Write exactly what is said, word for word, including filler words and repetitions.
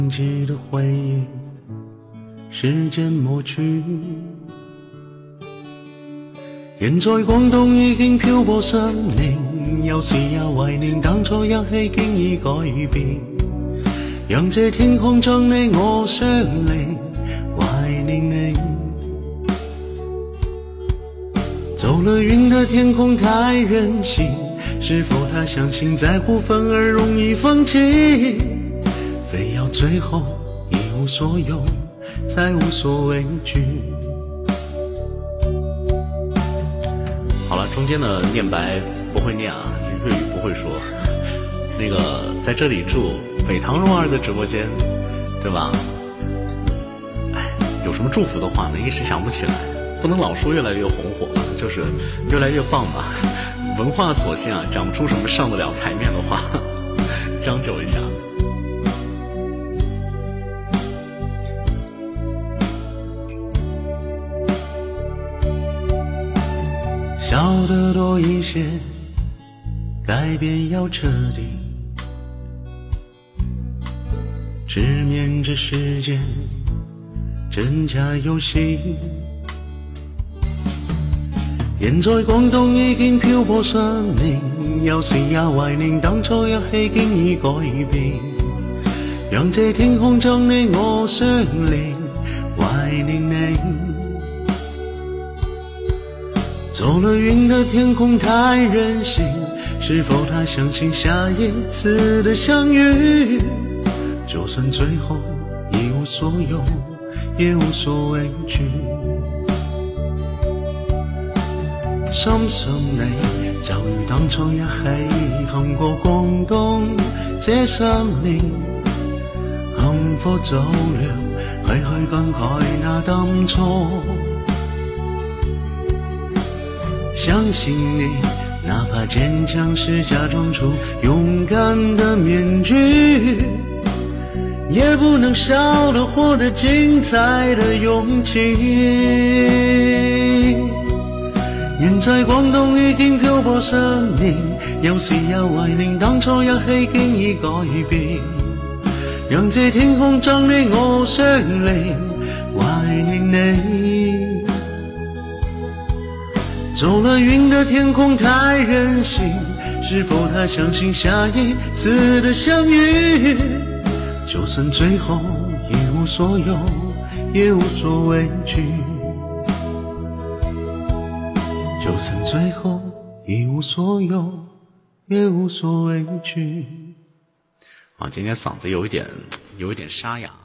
记的回忆，时间抹去。現在廣東已經漂泊十年，有時也懷念當初一起經已改變，讓這天空將你我相連，懷念你。走了雲的天空太任性，是否他相信在乎反而容易放棄？非要最後一無所有，才無所畏懼。 好了，中间的念白不会念啊，粤语不会说。那个在这里祝北唐蓉儿的直播间，对吧？哎，有什么祝福的话呢？一时想不起来，不能老说越来越红火吧，就是越来越棒吧。文化所限啊，讲不出什么上得了台面的话，将就一下。 笑得多一些，改变要彻底，直面这世界真假遊戲。現在廣東已經漂泊十年，有時也懷念當初一起經已改變，讓這天空將你我相連，懷念你。走了雲的天空太任性，是否他相信下一次的相遇？就算最後一無所有，也無所畏懼。深信你就如當初一起行過廣東這十年，幸福早了，唏噓感慨那當初。相信你，哪怕堅強是假裝出勇敢的面具，也不能少了活得精彩的勇氣。現在廣東已經漂泊十年，有時也懷念當初一起經已改變，讓這天空將你我相連，懷念你。走了雲的天空太任性，是否他相信下一次的相遇？就算最後一無所有，也無所畏懼。就算最後一無所有，也無所畏懼。 啊，今天嗓子有一點有一點沙啞。